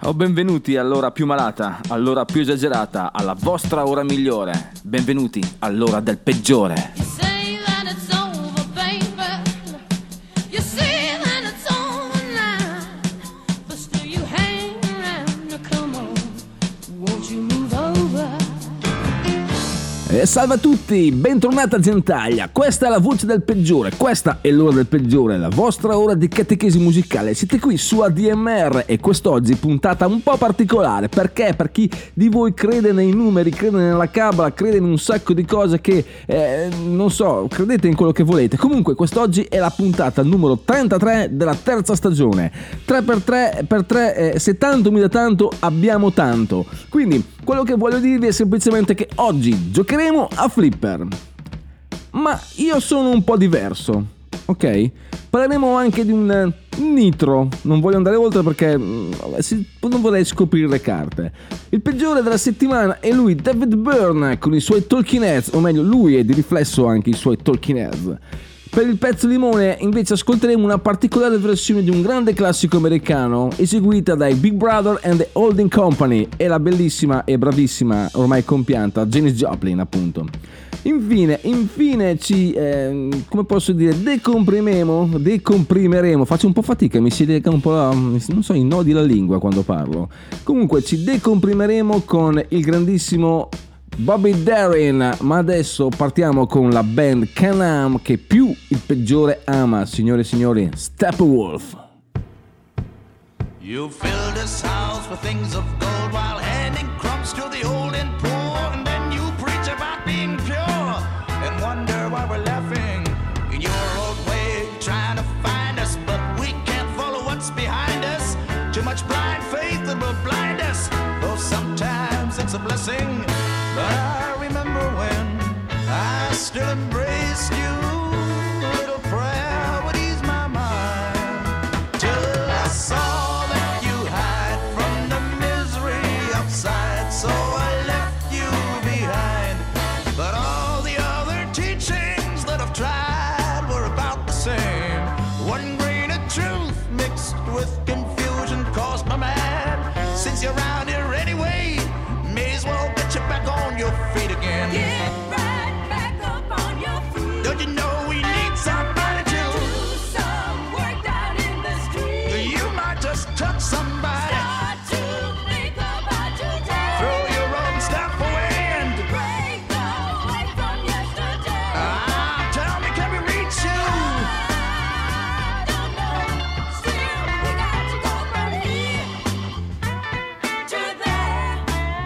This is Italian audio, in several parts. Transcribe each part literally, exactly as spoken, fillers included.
O benvenuti all'ora più malata, all'ora più esagerata, alla vostra ora migliore. Benvenuti all'ora del peggiore. E salve a tutti, bentornati a Gentaglia, questa è la voce del peggiore, questa è l'ora del peggiore, la vostra ora di catechesi musicale. Siete qui su A D M R e quest'oggi puntata un po' particolare, perché per chi di voi crede nei numeri, crede nella cabala, crede in un sacco di cose che, eh, non so, credete in quello che volete. Comunque quest'oggi è la puntata numero trentatré della terza stagione, tre per tre per tre, eh, se tanto mi dà tanto abbiamo tanto, quindi quello che voglio dirvi è semplicemente che oggi giocheremo a Flipper, ma io sono un po' diverso, ok? Parleremo anche di un nitro, non voglio andare oltre perché non vorrei scoprire le carte. Il peggiore della settimana è lui, David Byrne, con i suoi Talking Heads, o meglio lui e di riflesso anche i suoi Talking Heads. Per il pezzo limone invece ascolteremo una particolare versione di un grande classico americano eseguita dai Big Brother and the Holding Company e la bellissima e bravissima, ormai compianta, Janis Joplin, appunto. Infine, infine ci, eh, come posso dire, decomprimeremo, decomprimeremo, faccio un po' fatica, mi si lega un po', la, non so, i nodi della lingua quando parlo. Comunque ci decomprimeremo con il grandissimo Bobby Darin, ma adesso partiamo con la band Can-Am che più il peggiore ama, signore e signori, Steppenwolf. You fill this house with things of gold while handing crumbs to the old and poor, and then you preach about being pure and wonder why we're laughing in your old way, trying to find us, but we can't follow what's behind us. Too much blind faith that will blind us, though sometimes it's a blessing. But I remember when I still embraced you. A little prayer would ease my mind, till I saw that you hide from the misery outside, so I left you behind. But all the other teachings that I've tried were about the same. One grain of truth mixed with confusion caused my mad. Since you're around here anyway, may as well get you back on your feet again. Get right back up on your feet. Don't you know we need somebody to Do some work out in the street. You might just touch somebody. Start to think about today. Throw your own stuff away and Break away from yesterday. ah, tell me, can we reach you? I don't know. Still, we got to go from here to there.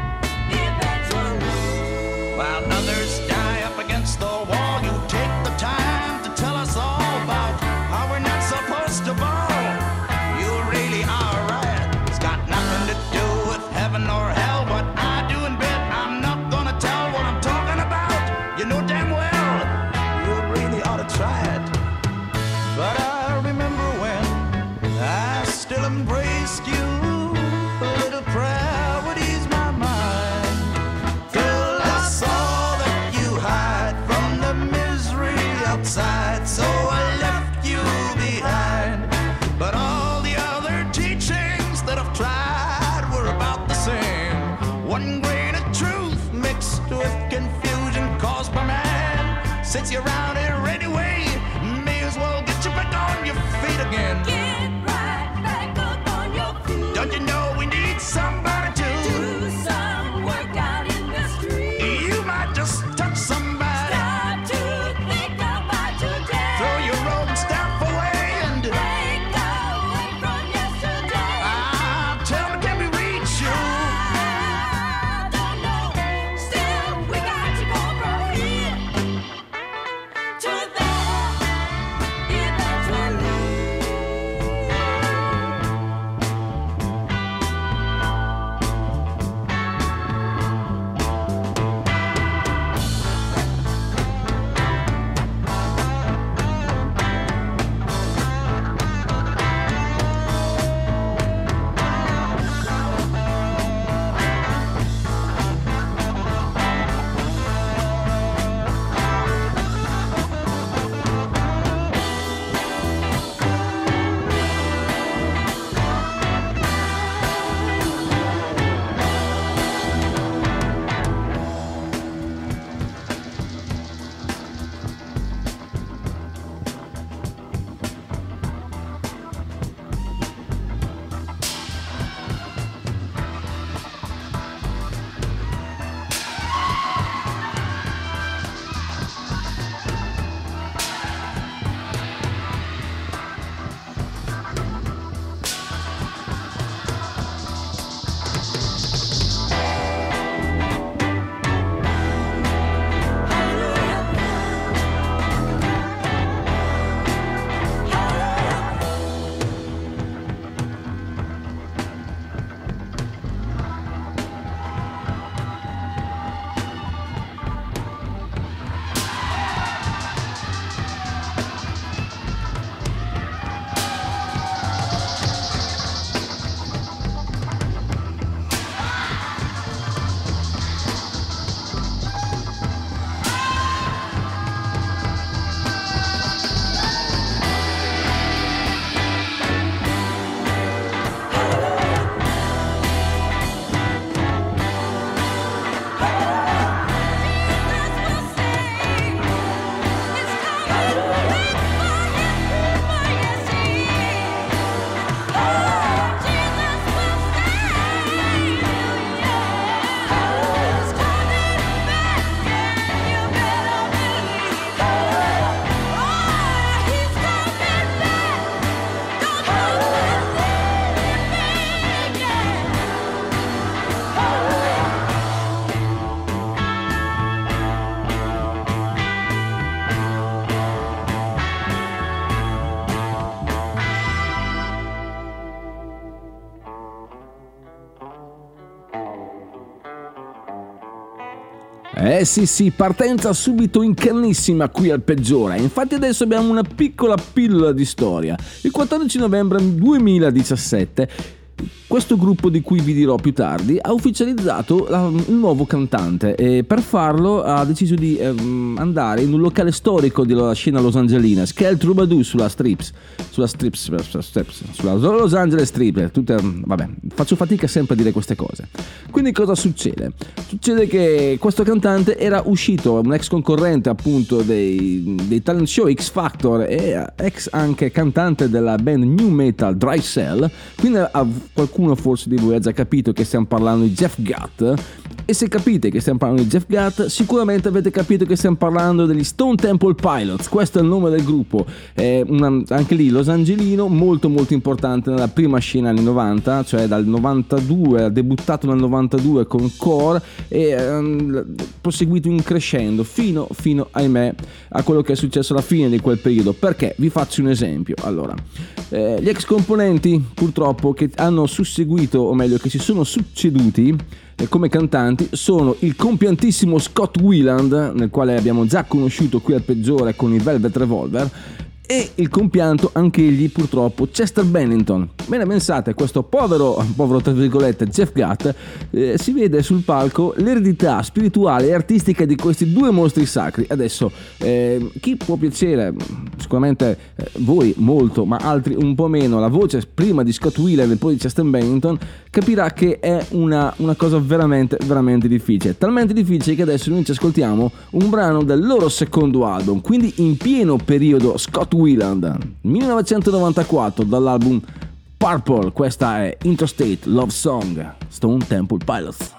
Eventually. While others die up against the wall, you take the time to tell us all about how we're not supposed to ball. You really are right. It's got nothing to do with heaven or hell. What I do in bed, I'm not gonna tell what I'm talking about. You know damn well, you really ought to try it. But I remember when I still embraced you. A little prayer would ease my mind, till I saw that you hide from the misery outside, so I left you behind. But all the other teachings that I've tried were about the same. One grain of truth mixed with confusion caused by man. Since you're around here anyway, may as well get you back on your feet again. Get right back up on your feet. Don't you know we need somebody to Do some work out in the street. You might just touch somebody. Start to think about today. Throw your own stuff away and Break away from yesterday. ah, tell me, can we reach you? I don't know. Still, we got to go from here Eh sì sì, partenza subito in cannissima qui al peggiore. Infatti adesso abbiamo una piccola pillola di storia. Il quattordici novembre duemiladiciassette questo gruppo, di cui vi dirò più tardi, ha ufficializzato la, il nuovo cantante e per farlo ha deciso di ehm, andare in un locale storico della scena losangelina, che è il Troubadour sulla Strips, sulla Strips, Strips sulla Los Angeles Strip, tutte, vabbè, faccio fatica sempre a dire queste cose. Quindi cosa succede? Succede che questo cantante era uscito, un ex concorrente appunto dei, dei talent show X Factor e ex anche cantante della band new metal Dry Cell, quindi ha qualcuno forse di voi ha già capito che stiamo parlando di Jeff Gatt, e se capite che stiamo parlando di Jeff Gatt sicuramente avete capito che stiamo parlando degli Stone Temple Pilots. Questo è il nome del gruppo, è una, anche lì losangelino, molto molto importante nella prima scena anni novanta, cioè dal novantadue, ha debuttato nel novantadue con Core e um, proseguito in crescendo fino, fino ahimè a quello che è successo alla fine di quel periodo. Perché? Vi faccio un esempio. Allora, eh, gli ex componenti purtroppo che hanno susseguito, o meglio che si sono succeduti eh, come cantanti, sono il compiantissimo Scott Weiland, nel quale abbiamo già conosciuto qui al peggiore con i Velvet Revolver, e il compianto anch'egli purtroppo Chester Bennington. Bene, pensate, questo povero, povero tra virgolette Jeff Gatt, eh, si vede sul palco l'eredità spirituale e artistica di questi due mostri sacri. Adesso eh, chi può piacere, sicuramente eh, voi molto, ma altri un po' meno, la voce prima di Scott Weiland e poi di Chester Bennington, capirà che è una, una cosa veramente veramente difficile, talmente difficile che adesso noi ci ascoltiamo un brano del loro secondo album, quindi in pieno periodo Scott Weiland, millenovecentonovantaquattro, dall'album Purple. Questa è Interstate Love Song, Stone Temple Pilots.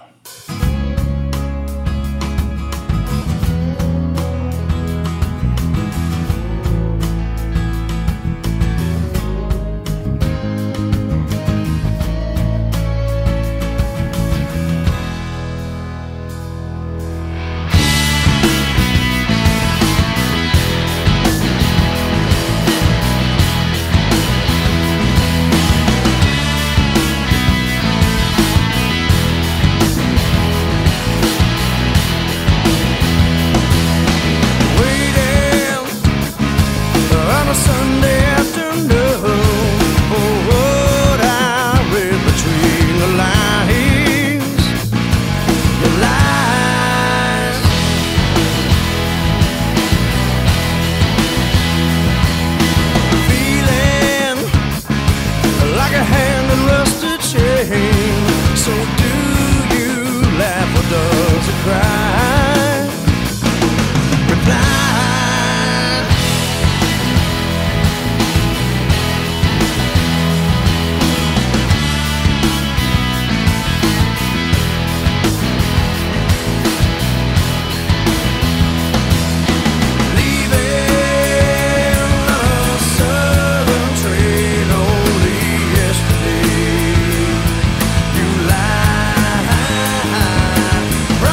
Right.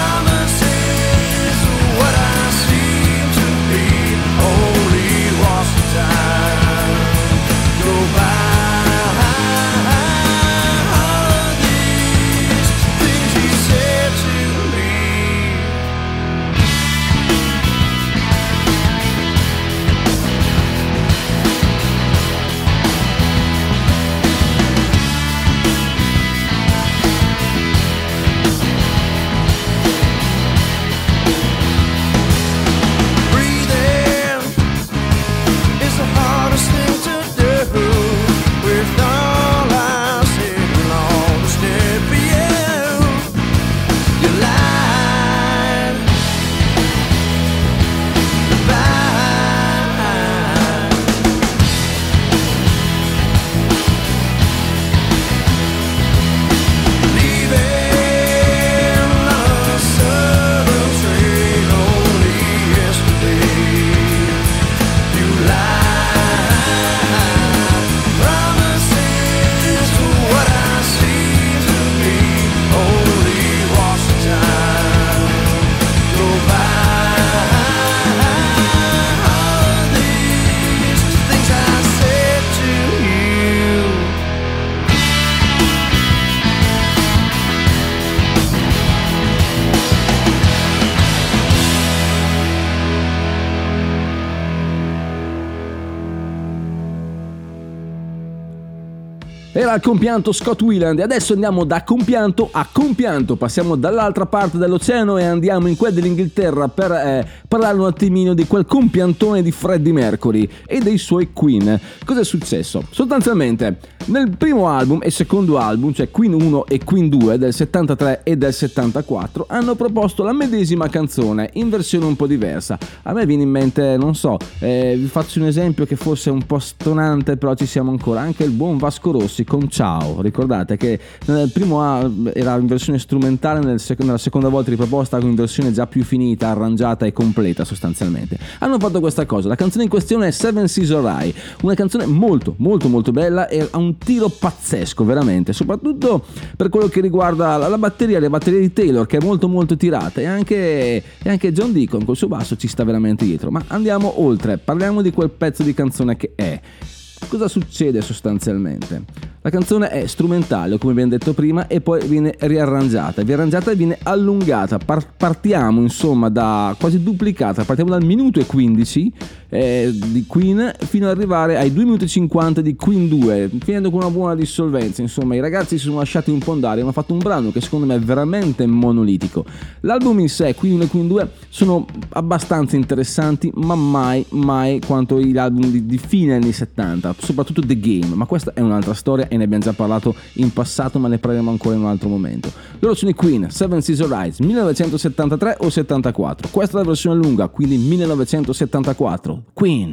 Era al compianto Scott Weiland e adesso andiamo da compianto a compianto, passiamo dall'altra parte dell'oceano e andiamo in quella dell'Inghilterra per eh, parlare un attimino di quel compiantone di Freddie Mercury e dei suoi Queen. Cosa è successo? Sostanzialmente nel primo album e secondo album, cioè Queen uno e Queen due del settantatré e del settantaquattro, hanno proposto la medesima canzone in versione un po' diversa. A me viene in mente, non so, eh, vi faccio un esempio che forse è un po' stonante, però ci siamo ancora, anche il buon Vasco Rossi con Ciao. Ricordate che nel primo album era in versione strumentale, nel sec- nella seconda volta riproposta in versione già più finita, arrangiata e completa sostanzialmente. Hanno fatto questa cosa, la canzone in questione è Seven Seas Alright, una canzone molto molto molto bella e ha un tiro pazzesco veramente, soprattutto per quello che riguarda la, la batteria, le batterie di Taylor, che è molto molto tirata, e anche, e anche John Deacon col suo basso ci sta veramente dietro. Ma andiamo oltre, parliamo di quel pezzo di canzone che è. Cosa succede sostanzialmente? La canzone è strumentale, come abbiamo detto prima, e poi viene riarrangiata, riarrangiata e viene allungata. Par- partiamo insomma da quasi duplicata, partiamo dal minuto e quindici eh, di Queen fino ad arrivare ai due minuti e cinquanta di Queen due, finendo con una buona dissolvenza. Insomma, i ragazzi si sono lasciati un po' andare, hanno fatto un brano che secondo me è veramente monolitico. L'album in sé, Queen uno e Queen due, sono abbastanza interessanti, ma mai, mai quanto gli album di, di fine anni settanta, soprattutto The Game, ma questa è un'altra storia e ne abbiamo già parlato in passato, ma ne parleremo ancora in un altro momento. Loro sono i Queen, Seven Seas Alright, millenovecentosettantatré o settantaquattro. Questa è la versione lunga, quindi millenovecentosettantaquattro. Queen.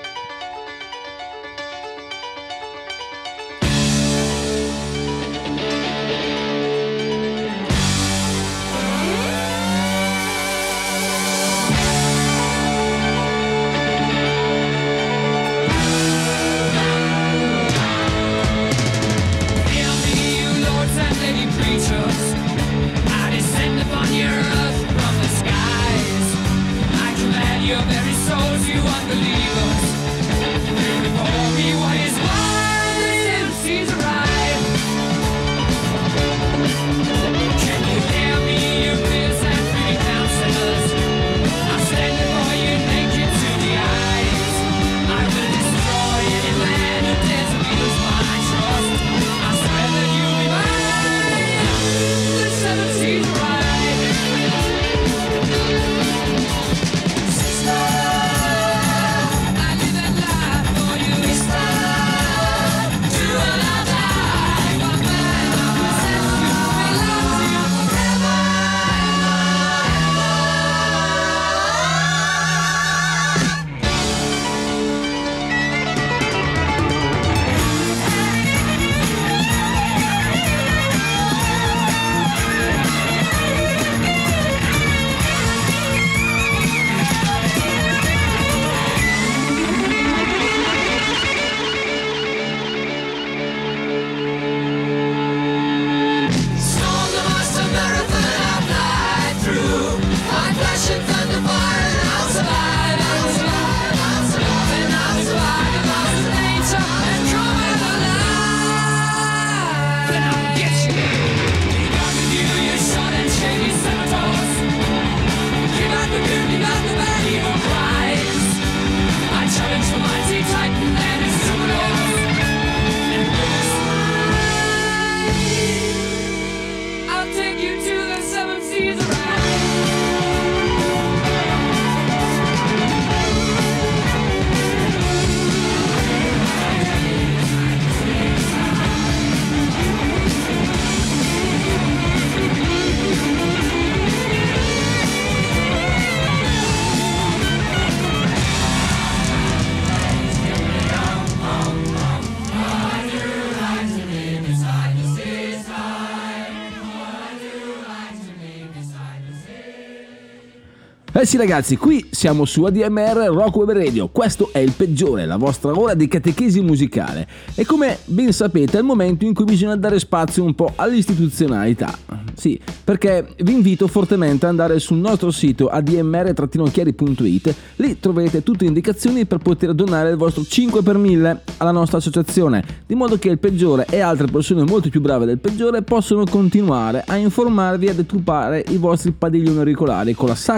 Eh sì ragazzi, qui siamo su A D M R Rock Web Radio, questo è il peggiore, la vostra ora di catechesi musicale. E come ben sapete è il momento in cui bisogna dare spazio un po' all'istituzionalità. Sì, perché vi invito fortemente ad andare sul nostro sito a d m r chiari punto i t, lì troverete tutte le indicazioni per poter donare il vostro cinque per mille alla nostra associazione, di modo che il peggiore e altre persone molto più brave del peggiore possono continuare a informarvi e a deturpare i vostri padiglioni auricolari con la sacra musica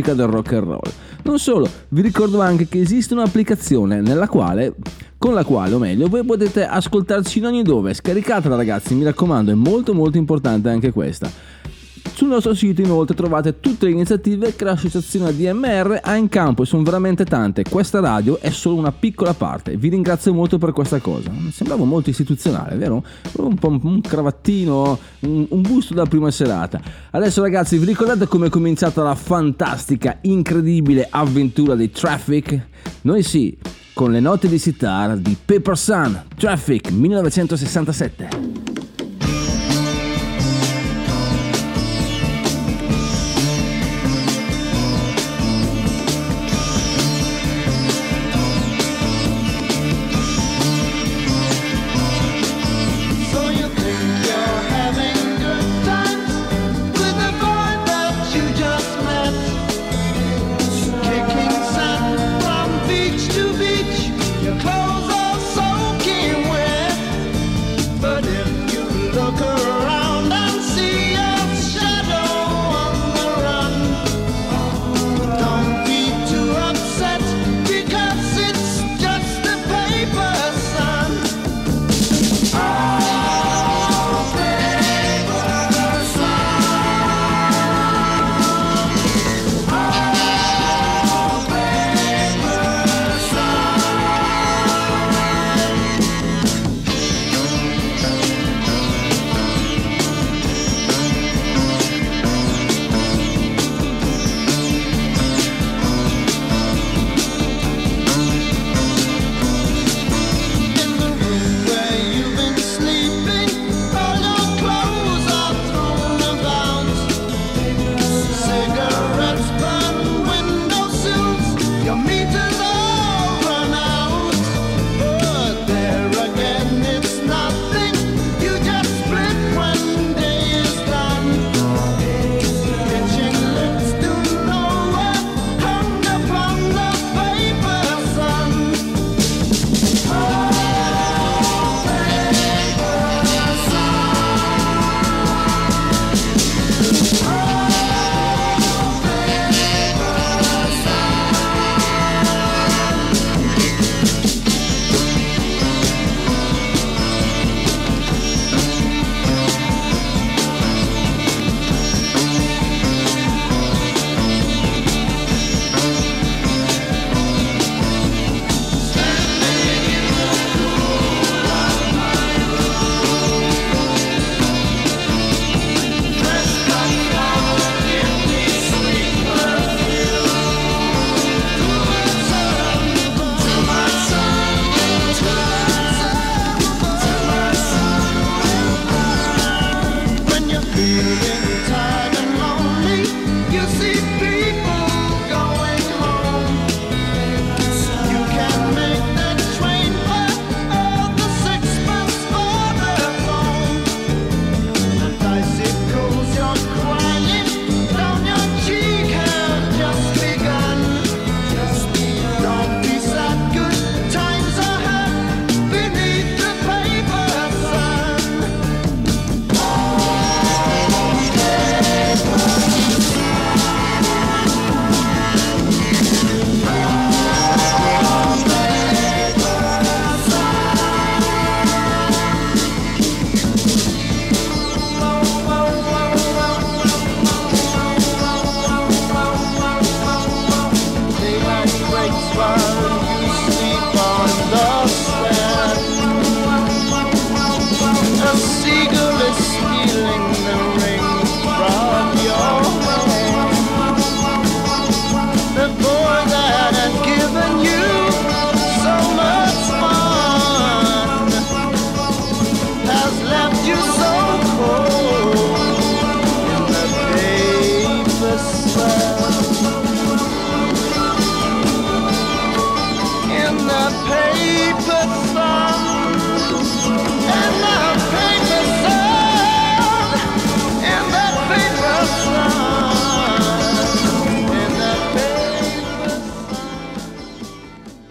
musica del rock and roll. Non solo, vi ricordo anche che esiste un'applicazione nella quale, con la quale, o meglio, voi potete ascoltarci in ogni dove. Scaricatela ragazzi, mi raccomando, è molto molto importante anche questa. Sul nostro sito inoltre trovate tutte le iniziative che l'associazione A D M R ha in campo e sono veramente tante. Questa radio è solo una piccola parte. Vi ringrazio molto per questa cosa. Sembravo molto istituzionale, vero? Un po' un cravattino, un, un busto da prima serata. Adesso ragazzi, vi ricordate come è cominciata la fantastica, incredibile avventura dei Traffic? Noi sì, con le note di sitar di Pepper Sun, Traffic millenovecentosessantasette.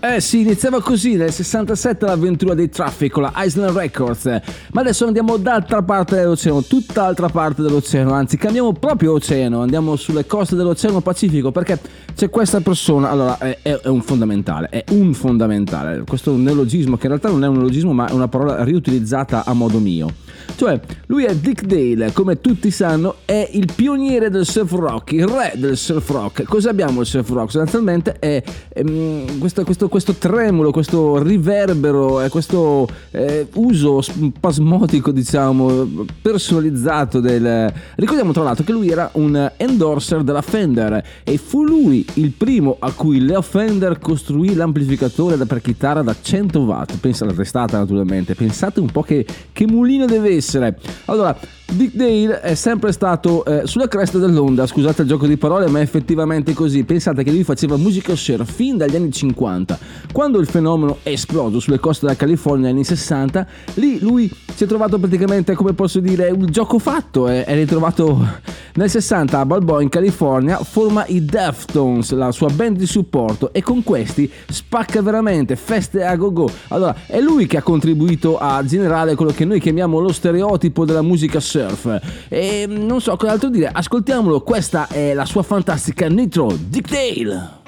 Eh sì, iniziava così nel sessantasette l'avventura dei Traffic con la Island Records, ma adesso andiamo dall'altra parte dell'oceano, tutt'altra parte dell'oceano, anzi cambiamo proprio oceano, andiamo sulle coste dell'Oceano Pacifico perché c'è questa persona, allora è, è un fondamentale, è un fondamentale, questo è un neologismo che in realtà non è un neologismo ma è una parola riutilizzata a modo mio. Cioè, lui è Dick Dale, come tutti sanno, è il pioniere del surf rock, il re del surf rock. Cosa abbiamo il surf rock? Sostanzialmente è, è um, questo, questo, questo tremulo, questo riverbero, è questo eh, uso spasmodico, diciamo, personalizzato del... Ricordiamo tra l'altro che lui era un endorser della Fender e fu lui il primo a cui Leo Fender costruì l'amplificatore per chitarra da cento watt. Pensa alla testata naturalmente, pensate un po' che, che mulino deve essere. Allora, Dick Dale è sempre stato eh, sulla cresta dell'onda, scusate il gioco di parole, ma è effettivamente così. Pensate che lui faceva musica surf fin dagli anni cinquanta. Quando il fenomeno è esploso sulle coste della California negli anni sessanta, lì lui si è trovato praticamente, come posso dire, un gioco fatto. È, è ritrovato nel sessanta a Balboa in California, forma i Deftones, la sua band di supporto, e con questi spacca veramente, feste a go-go. Allora, è lui che ha contribuito a generare quello che noi chiamiamo lo stereotipo della musica surf. E non so cos'altro dire, ascoltiamolo, questa è la sua fantastica Nitro, Dick Dale.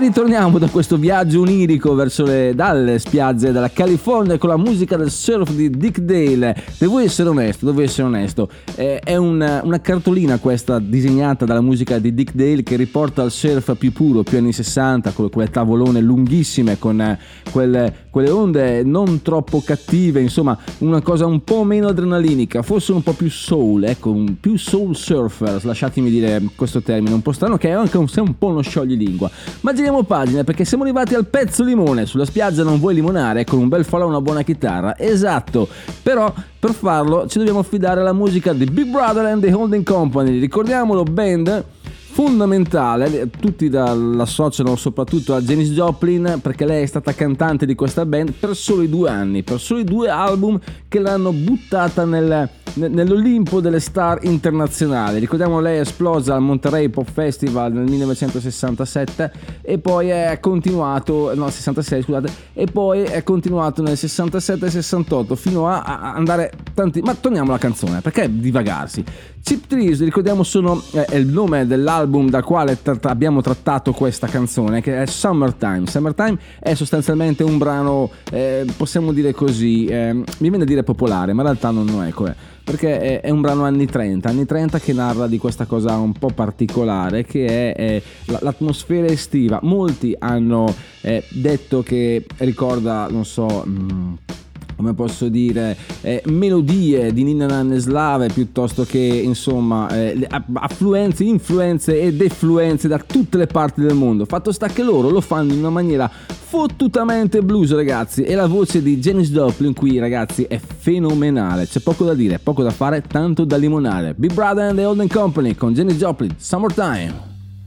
ritorniamo da questo viaggio onirico verso le, dalle spiagge della California con la musica del surf di Dick Dale. Devo essere onesto, devo essere onesto. Eh, è una, una cartolina questa disegnata dalla musica di Dick Dale che riporta al surf più puro, più anni sessanta, con quelle tavolone lunghissime, con eh, quelle, quelle onde non troppo cattive, insomma una cosa un po' meno adrenalinica, forse un po' più soul, ecco, un, più soul surfer, lasciatemi dire questo termine un po' strano che è anche un, è un po' uno scioglilingua. Ma giriamo pagina perché siamo arrivati al pezzo limone. Sulla spiaggia non vuoi limonare con un bel falò e una buona chitarra, esatto, però per farlo ci dobbiamo affidare alla musica di Big Brother and the Holding Company. Ricordiamolo, band fondamentale, tutti l'associano soprattutto a Janis Joplin perché lei è stata cantante di questa band per soli due anni, per soli due album che l'hanno buttata nel, nell'Olimpo delle star internazionali. Ricordiamo, lei è esplosa al Monterey Pop Festival nel millenovecentosessantasette e poi è continuato, no sessantasei scusate, e poi è continuato nel sessantasette e sessantotto fino a, a andare tanti, ma torniamo alla canzone perché divagarsi. Cheap Thrills, ricordiamo, sono eh, è il nome dell'album dal quale tra- abbiamo trattato questa canzone, che è Summertime. Summertime è sostanzialmente un brano, eh, possiamo dire così, eh, mi viene a dire popolare, ma in realtà non lo è, ecco, eh, perché è, è un brano anni trenta, anni trenta che narra di questa cosa un po' particolare che è, è l'atmosfera estiva. Molti hanno eh, detto che ricorda, non so... Mh, come posso dire, eh, melodie di Nina Naneslave piuttosto che insomma eh, affluenze, influenze ed effluenze da tutte le parti del mondo. Fatto sta che loro lo fanno in una maniera fottutamente blues, ragazzi, e la voce di Janis Joplin qui, ragazzi, è fenomenale. C'è poco da dire, poco da fare, tanto da limonare. Big Brother and the Holding Company con Janis Joplin, Summertime.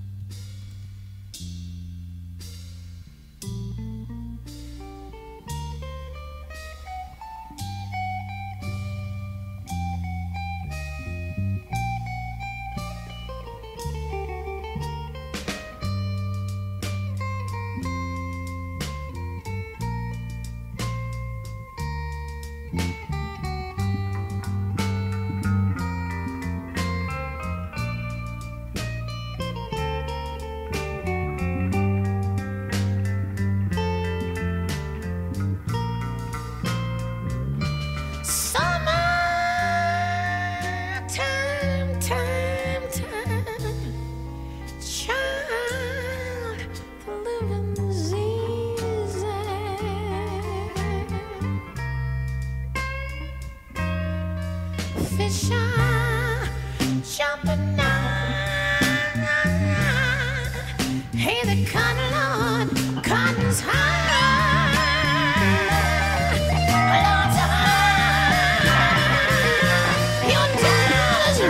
Fish are jumping now. Hey, the cotton Lord, cotton's high. Lord's high. Your dollar's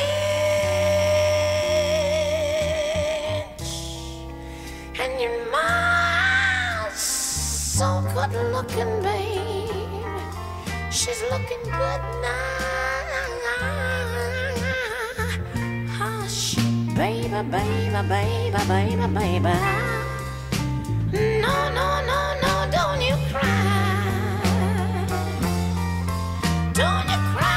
rich, and your mom's so good looking, babe. She's looking good now. Hush, baby, baby, baby, baby, baby. No, no, no, no, don't you cry. Don't you cry.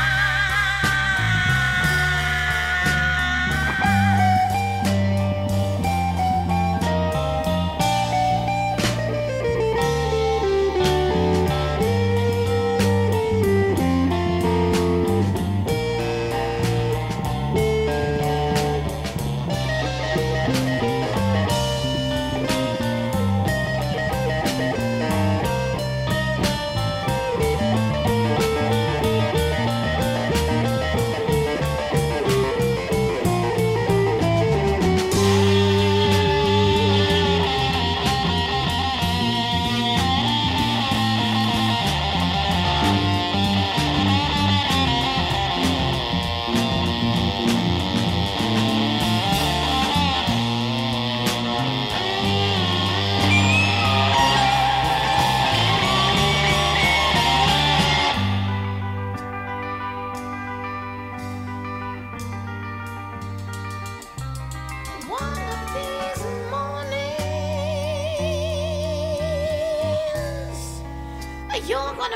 You're gonna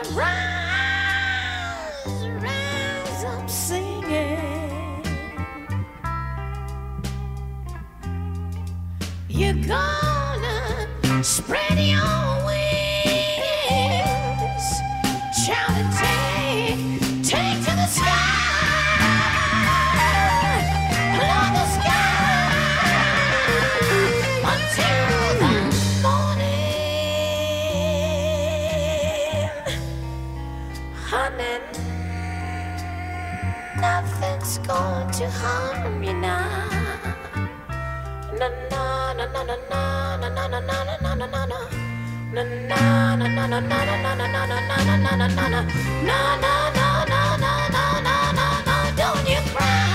rise, rise up singing. You're gonna Spread your wings, shout and take, take to the sky, along the sky, until the morning, honey. Nothing's going to harm you now. Na na na na na na na na na na na na na na. Na na na na na na na na na na na na na na na na. Na na na na na na na na na. Don't you cry.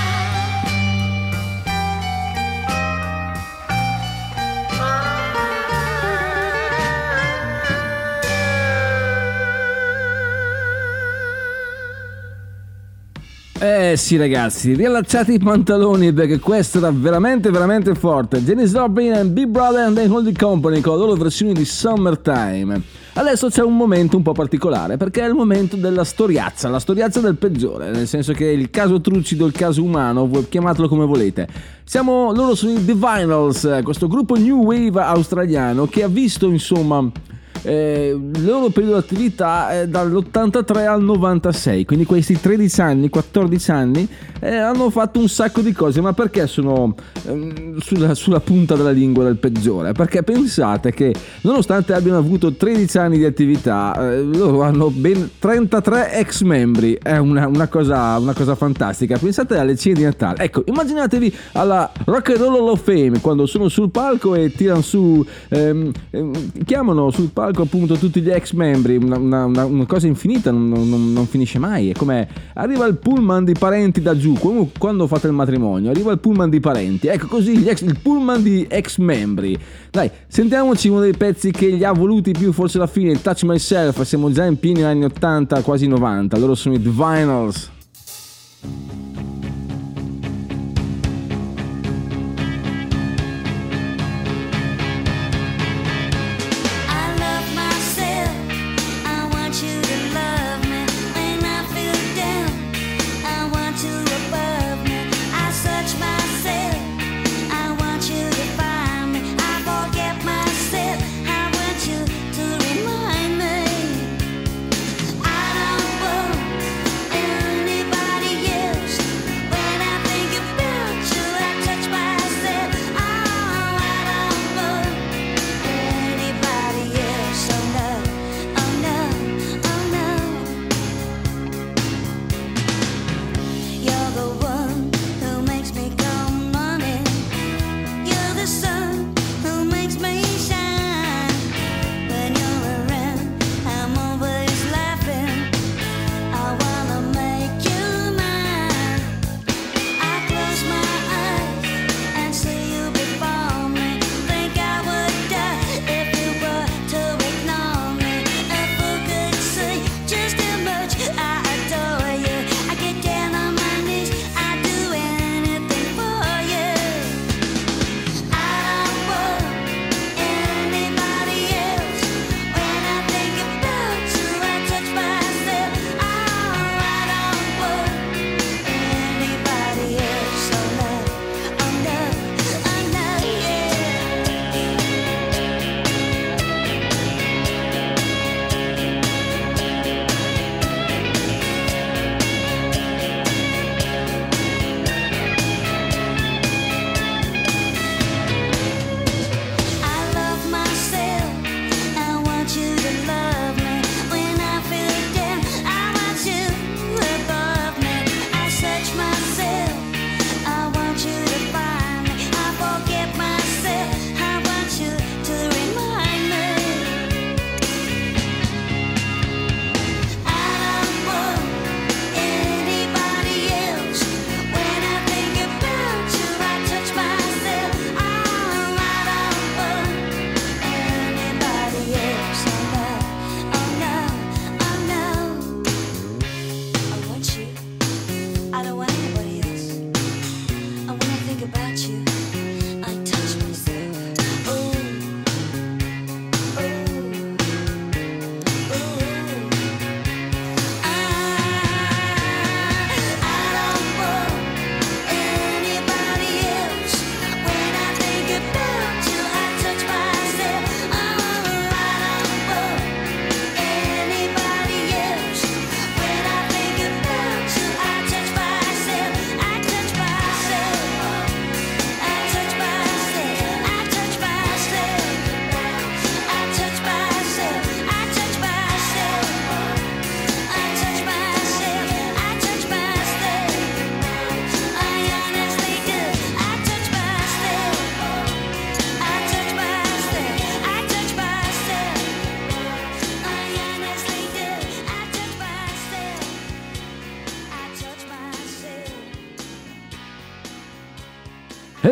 Eh sì ragazzi, riallacciate i pantaloni perché questo era veramente veramente forte. Janis Joplin e Big Brother and the Holding Company con la loro versione di Summertime. Adesso c'è un momento un po' particolare perché è il momento della storiazza, la storiazza del peggiore, nel senso che il caso trucido, il caso umano, voi chiamatelo come volete. Siamo, loro sono i The Vinyls, questo gruppo new wave australiano che ha visto insomma Eh, il loro periodo di attività è dall'ottantatré al novantasei, quindi questi tredici anni, quattordici anni eh, hanno fatto un sacco di cose. Ma perché sono ehm, sulla, sulla punta della lingua del peggiore? Perché pensate che nonostante abbiano avuto tredici anni di attività eh, loro hanno ben trentatré ex membri. È una, una, cosa, una cosa fantastica. Pensate alle cene di Natale, ecco, immaginatevi alla Rock and Roll Hall of Fame quando sono sul palco e tirano su ehm, ehm, chiamano sul palco appunto tutti gli ex membri, una, una, una cosa infinita, non, non, non finisce mai. È come arriva il pullman di parenti da giù quando fate il matrimonio, arriva il pullman di parenti, ecco così gli ex, il pullman di ex membri. Dai, sentiamoci uno dei pezzi che li ha voluti più forse alla fine, Touch Myself. Siamo già in pieni anni ottanta, quasi novanta. Loro sono i The Vinyls. Remind me, I don't want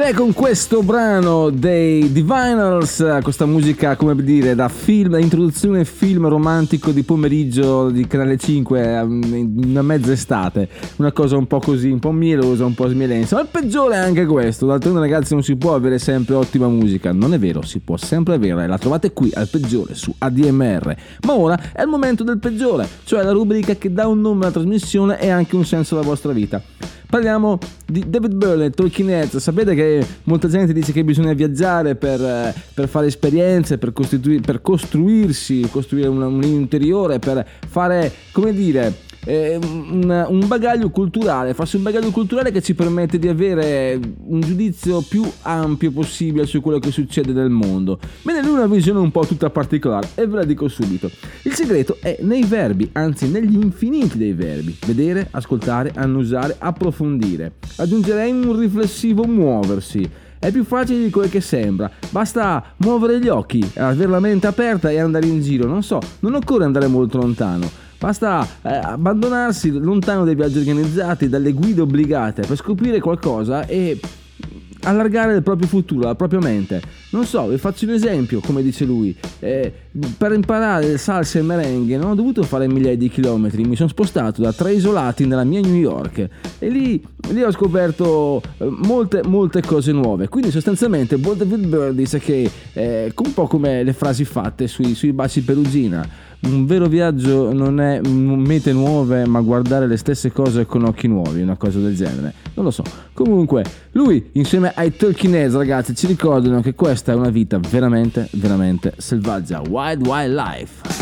Beh, con questo brano dei Divinals, questa musica, come dire, da film, da introduzione film romantico di pomeriggio di Canale cinque, una mezza estate, una cosa un po' così, un po' mielosa, un po' smielenza, ma il peggiore è anche questo. D'altronde, ragazzi, non si può avere sempre ottima musica, non è vero, si può sempre avere, la trovate qui al peggiore su A D M R. Ma ora è il momento del peggiore, cioè la rubrica che dà un nome alla trasmissione e anche un senso alla vostra vita. Parliamo di David Byrne, Talking Heads. Sapete che molta gente dice che bisogna viaggiare per, per fare esperienze, per, costituir, per costruirsi, costruire un, un interiore, per fare, come dire, eh, un, un bagaglio culturale, farsi un bagaglio culturale che ci permette di avere un giudizio più ampio possibile su quello che succede nel mondo. Bene, lui ha una visione un po' tutta particolare e ve la dico subito. Il segreto è nei verbi, anzi negli infiniti dei verbi: vedere, ascoltare, annusare, approfondire. Aggiungerei un riflessivo muoversi. È più facile di quello che sembra, basta muovere gli occhi, avere la mente aperta e andare in giro. Non so, non occorre andare molto lontano. Basta eh, abbandonarsi lontano dai viaggi organizzati, dalle guide obbligate, per scoprire qualcosa e allargare il proprio futuro, la propria mente. Non so, vi faccio un esempio, come dice lui. Eh, per imparare salsa e merengue non ho dovuto fare migliaia di chilometri, mi sono spostato da tre isolati nella mia New York e lì, lì ho scoperto eh, molte molte cose nuove. Quindi sostanzialmente Bold David Byrne dice che eh, un po' come le frasi fatte sui, sui baci perugina: un vero viaggio non è mete nuove, ma guardare le stesse cose con occhi nuovi, una cosa del genere. Non lo so. Comunque, lui insieme ai Talking Heads, ragazzi, ci ricordano che questa è una vita veramente, veramente selvaggia. Wild Wild Life.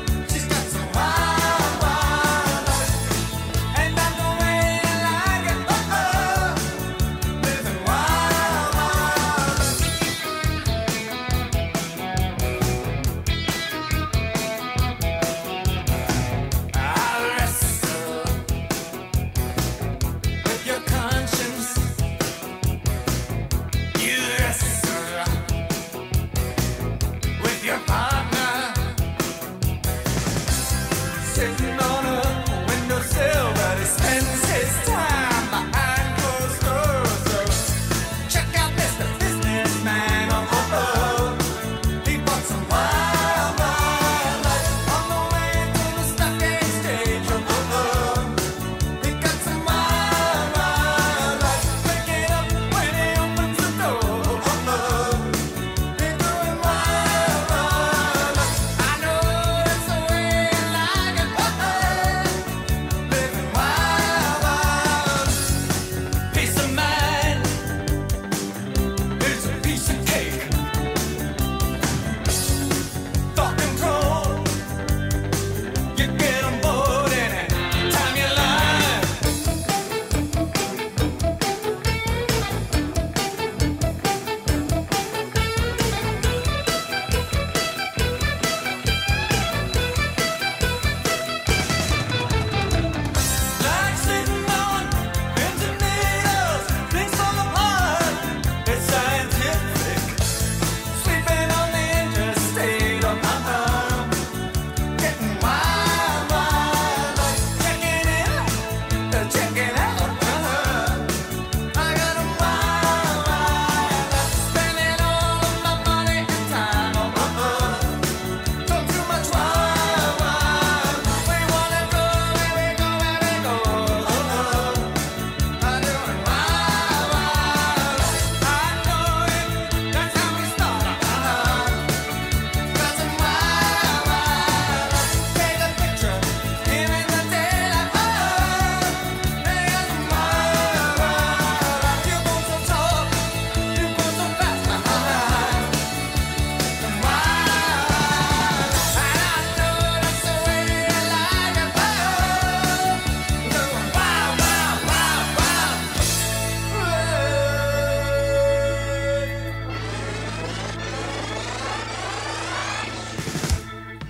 And I know way I like it.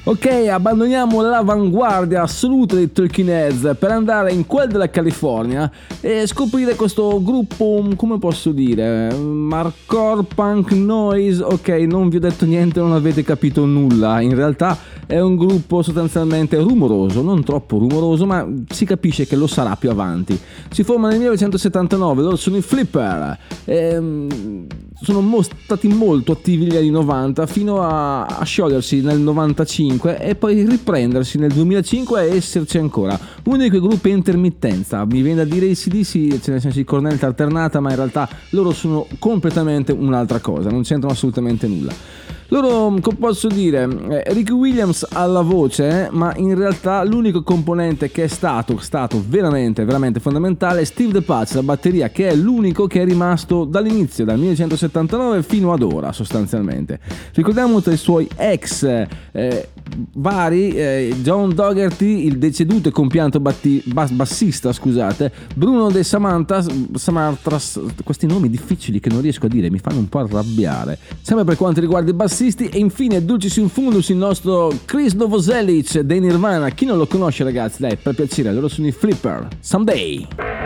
Ok, abbandoniamo l'avanguardia assoluta dei Talking Heads per andare in quel della California e scoprire questo gruppo, come posso dire, hardcore punk noise. Ok, non vi ho detto niente, non avete capito nulla. In realtà è un gruppo sostanzialmente rumoroso, non troppo rumoroso, ma si capisce che lo sarà più avanti. Si forma nel millenovecentosettantanove, loro sono i Flipper. Ehm, sono mo- stati molto attivi negli anni novanta fino a, a sciogliersi nel novantacinque e poi riprendersi nel duemilacinque e esserci ancora. Uno di quei gruppi a intermittenza, mi viene da dire i C D C, cioè nel senso di cornetta alternata, ma in realtà loro sono completamente un'altra cosa, non c'entrano assolutamente nulla. Loro, come posso dire, eh, Ricky Williams alla voce, eh, ma in realtà l'unico componente che è stato, stato veramente, veramente fondamentale è Steve DePace, la batteria, che è l'unico che è rimasto dall'inizio, dal millenovecentosettantanove fino ad ora sostanzialmente. Ricordiamo tra i suoi ex eh, vari, eh, John Dougherty, il deceduto e compianto batti, bas, bassista, scusate, Bruno De Samantha, Samantras, questi nomi difficili che non riesco a dire, mi fanno un po' arrabbiare. Sempre per quanto riguarda i bassisti, e infine dulcis in fundus il nostro Chris Novoselic dei Nirvana. Chi non lo conosce, ragazzi, dai, per piacere, loro sono i Flipper. Someday.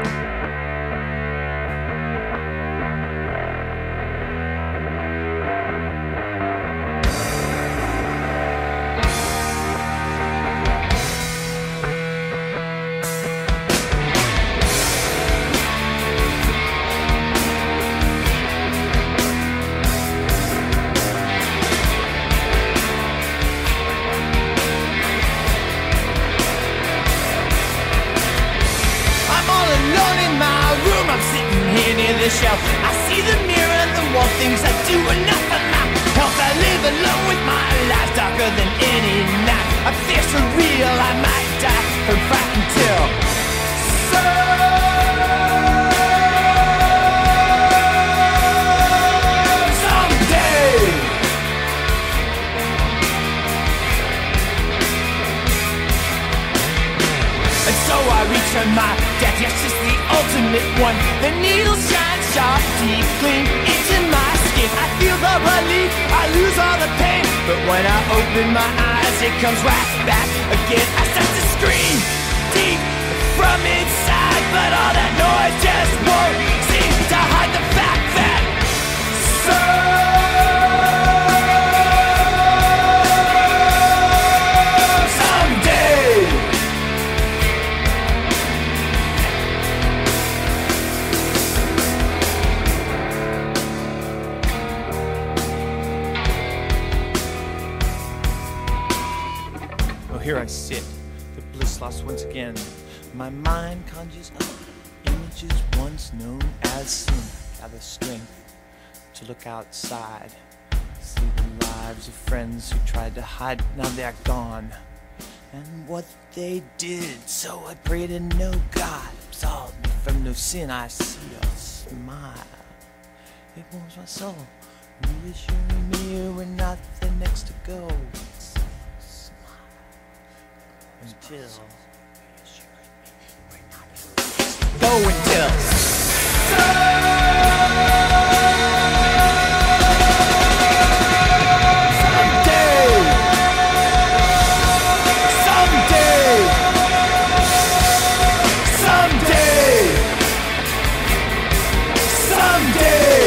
Here I sit, the bliss lost once again. My mind conjures up images once known as sin. Gather strength to look outside, see the lives of friends who tried to hide. Now they're gone, and what they did. So I pray to no God, absolve me from no sin. I see your smile, it warms my soul, reassuring me we're not the next to go. Until go until someday, someday, someday, someday.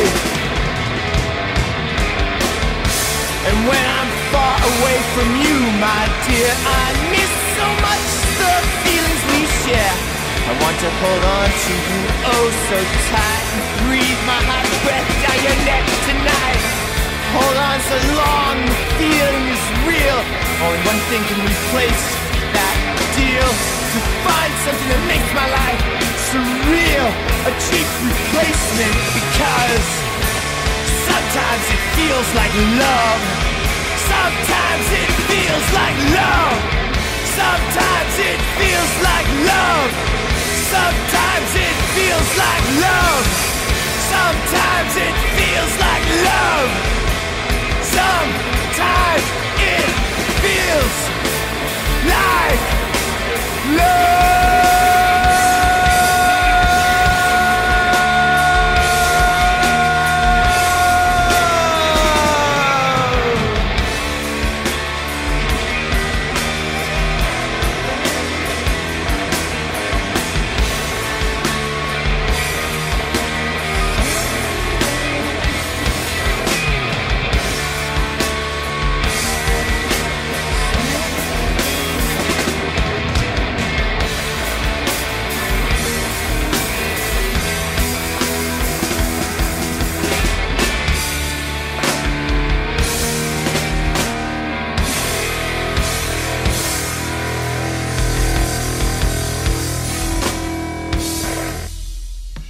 And when I'm far away from you, my dear, I miss so much the feelings we share. I want to hold on to you oh so tight and breathe my hot breath down your neck tonight. Hold on so long, the feeling is real. Only one thing can replace that deal. To find something that makes my life surreal. A cheap replacement, because sometimes it feels like love. Sometimes it feels like love. Sometimes it feels like love. Sometimes it feels like love. Sometimes it feels like love. Sometimes it feels like love.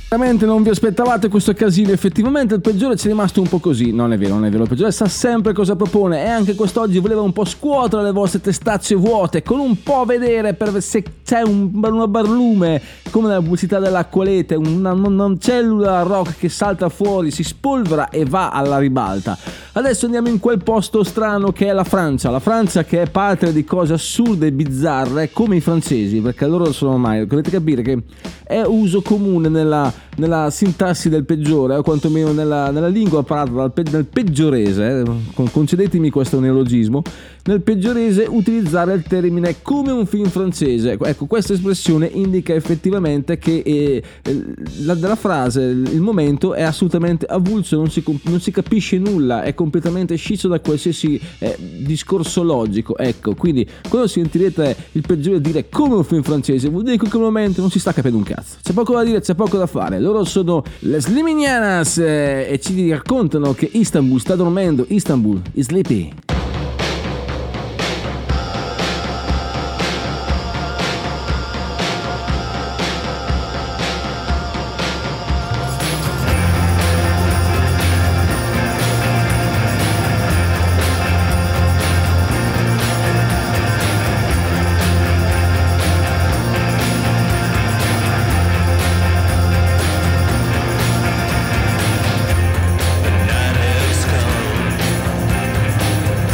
Veramente non vi aspettavate questo casino, effettivamente il peggiore ci è rimasto un po' così. Non è vero, non è vero, il peggiore sa sempre cosa propone e anche quest'oggi voleva un po' scuotere le vostre testacce vuote con un po' vedere per se c'è un, una barlume come nella pubblicità dell'acquolete, una, una cellula rock che salta fuori, si spolvera e va alla ribalta. Adesso andiamo in quel posto strano che è la Francia, la Francia che è patria di cose assurde e bizzarre come i francesi, perché loro sono ormai, dovete capire che è uso comune nella, nella sintassi del peggiore, o quantomeno nella, nella lingua parlata dal, pe, del peggiorese, eh, concedetemi questo neologismo, nel peggiorese utilizzare il termine come un film francese. Ecco, questa espressione indica effettivamente che eh, la, della frase, il momento è assolutamente avulso, non si, non si capisce nulla, è completamente scisso da qualsiasi eh, discorso logico. Ecco, quindi quando sentirete il peggiore dire come un film francese, vuol dire che in quel momento non si sta capendo un cazzo, c'è poco da dire, c'è poco da fare. Loro sono le Sliminianas eh, e ci raccontano che Istanbul sta dormendo, Istanbul is sleepy. Night has come.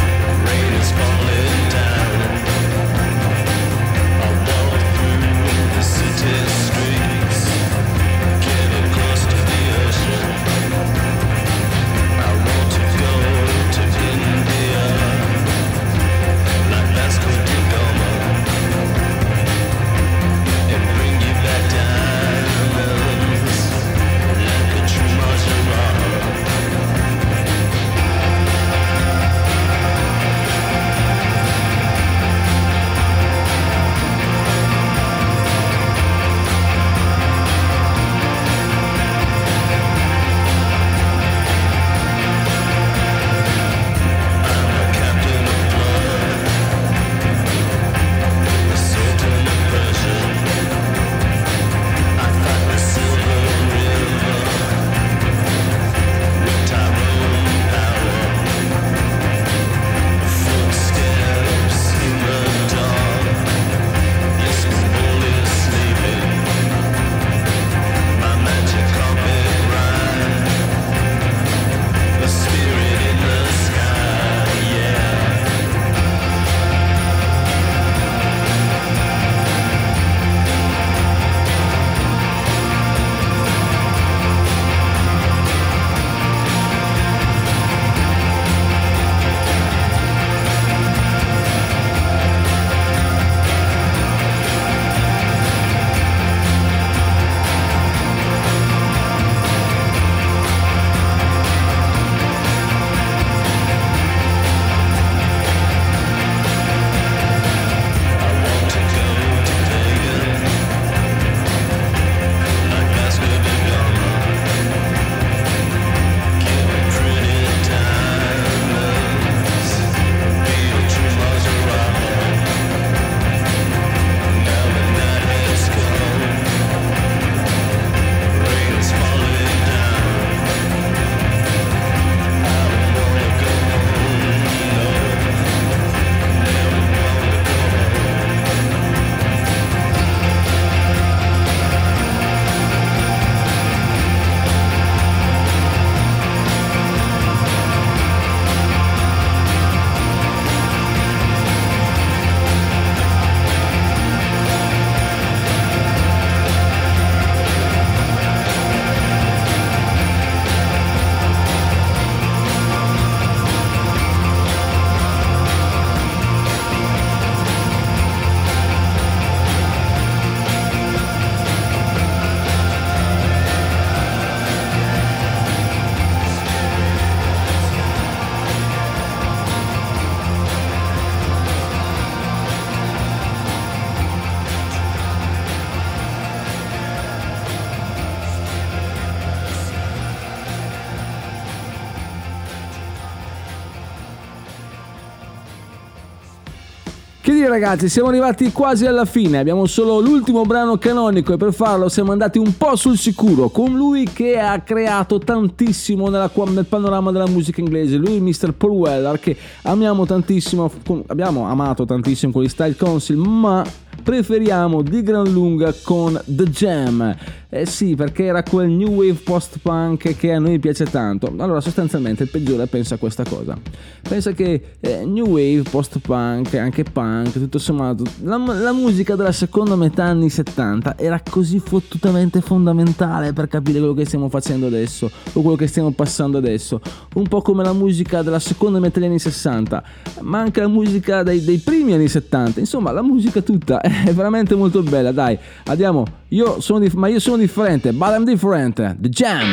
Sì ragazzi, siamo arrivati quasi alla fine, abbiamo solo l'ultimo brano canonico e per farlo siamo andati un po' sul sicuro con lui che ha creato tantissimo nella, nel panorama della musica inglese, lui mister Paul Weller, che amiamo tantissimo, abbiamo amato tantissimo con gli Style Council, ma preferiamo di gran lunga con The Jam. Eh sì, perché era quel new wave post-punk che a noi piace tanto. Allora sostanzialmente il peggiore pensa a questa cosa, pensa che eh, new wave, post-punk, anche punk, tutto sommato la, la musica della seconda metà anni settanta era così fottutamente fondamentale per capire quello che stiamo facendo adesso o quello che stiamo passando adesso, un po' come la musica della seconda metà degli anni sessanta, ma anche la musica dei, dei primi anni settanta, insomma la musica tutta è veramente molto bella. Dai, andiamo, io sono dif- ma io sono differente, but I'm different. The Jam.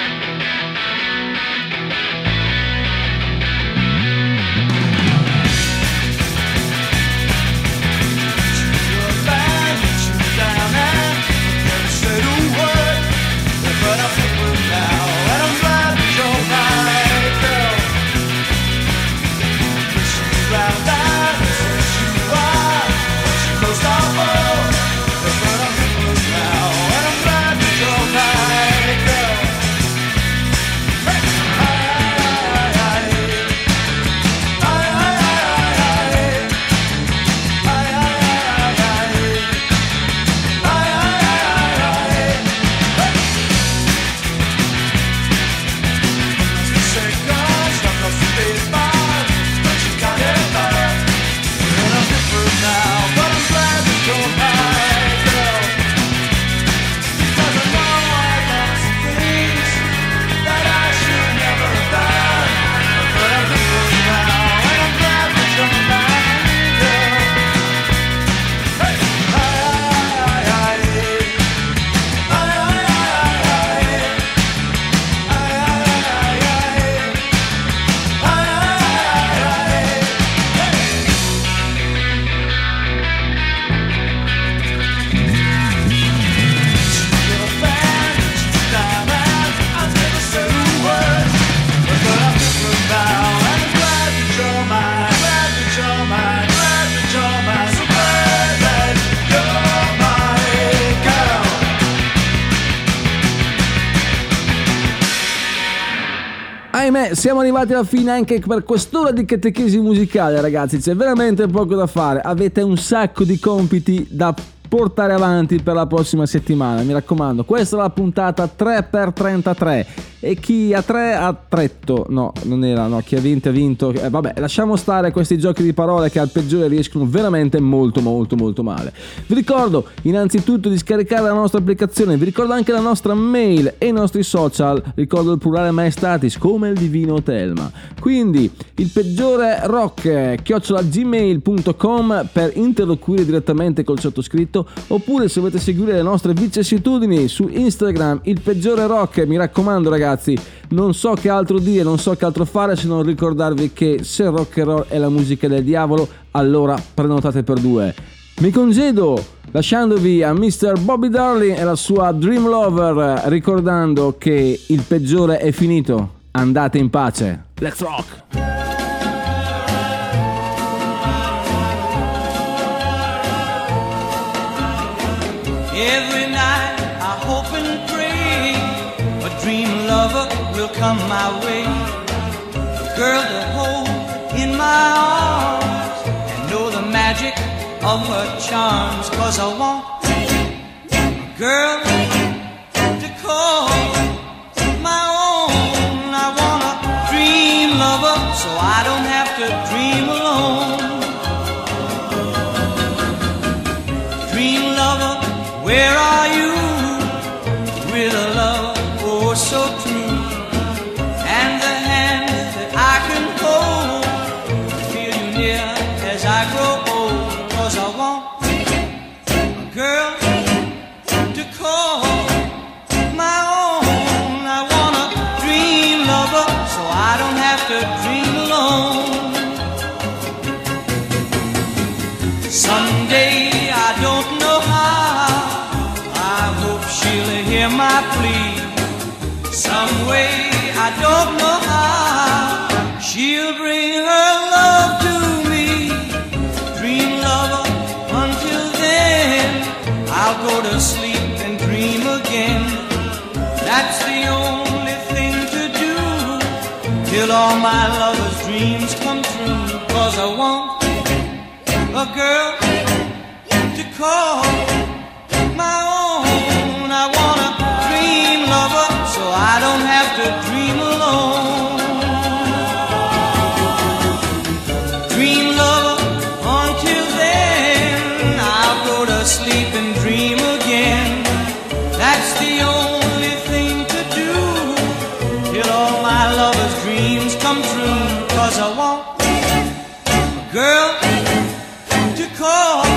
Ahimè, siamo arrivati alla fine anche per quest'ora di catechesi musicale, ragazzi. C'è veramente poco da fare. Avete un sacco di compiti da portare avanti per la prossima settimana. Mi raccomando, questa è la puntata tre per trentatré. E chi ha tre ha tretto. No, non era, no, chi ha vinto ha vinto. Eh, vabbè, lasciamo stare questi giochi di parole che al peggiore riescono veramente molto molto molto male. Vi ricordo innanzitutto di scaricare la nostra applicazione, vi ricordo anche la nostra mail e i nostri social, ricordo il plurale maestatis come il divino Telma. Quindi il peggiore rock chiocciola gmail punto com per interloquire direttamente col sottoscritto, oppure se volete seguire le nostre vicissitudini su Instagram, il peggiore rock. Mi raccomando ragazzi, non so che altro dire, non so che altro fare se non ricordarvi che se rock and roll è la musica del diavolo, allora prenotate per due. Mi congedo lasciandovi a mister Bobby Darling e la sua Dream Lover, ricordando che il peggiore è finito. Andate in pace. Let's rock! Every night I hope and pray a dream lover will come my way, a girl to hold in my arms and know the magic of her charms. Cause I want a girl to call my own. I want a dream lover so I don't have to dream alone. Dream lover, where are you, with a love oh so true, and the hand that I can hold, feel you near as I grow old. Cause I want a girl to call my own. I want a dream lover so I don't have to dream alone. Someday I don't know how, she'll hear my plea. Some way, I don't know how, she'll bring her love to me. Dream love That's the only thing to do till all my lover's dreams come true. Cause I want a girl to call my own. I want a dream lover so I don't have to dream alone. Dream lover, until then I'll go to sleep and dream again. That's the only thing to do till all my lover's dreams come true. Cause I want a girl to call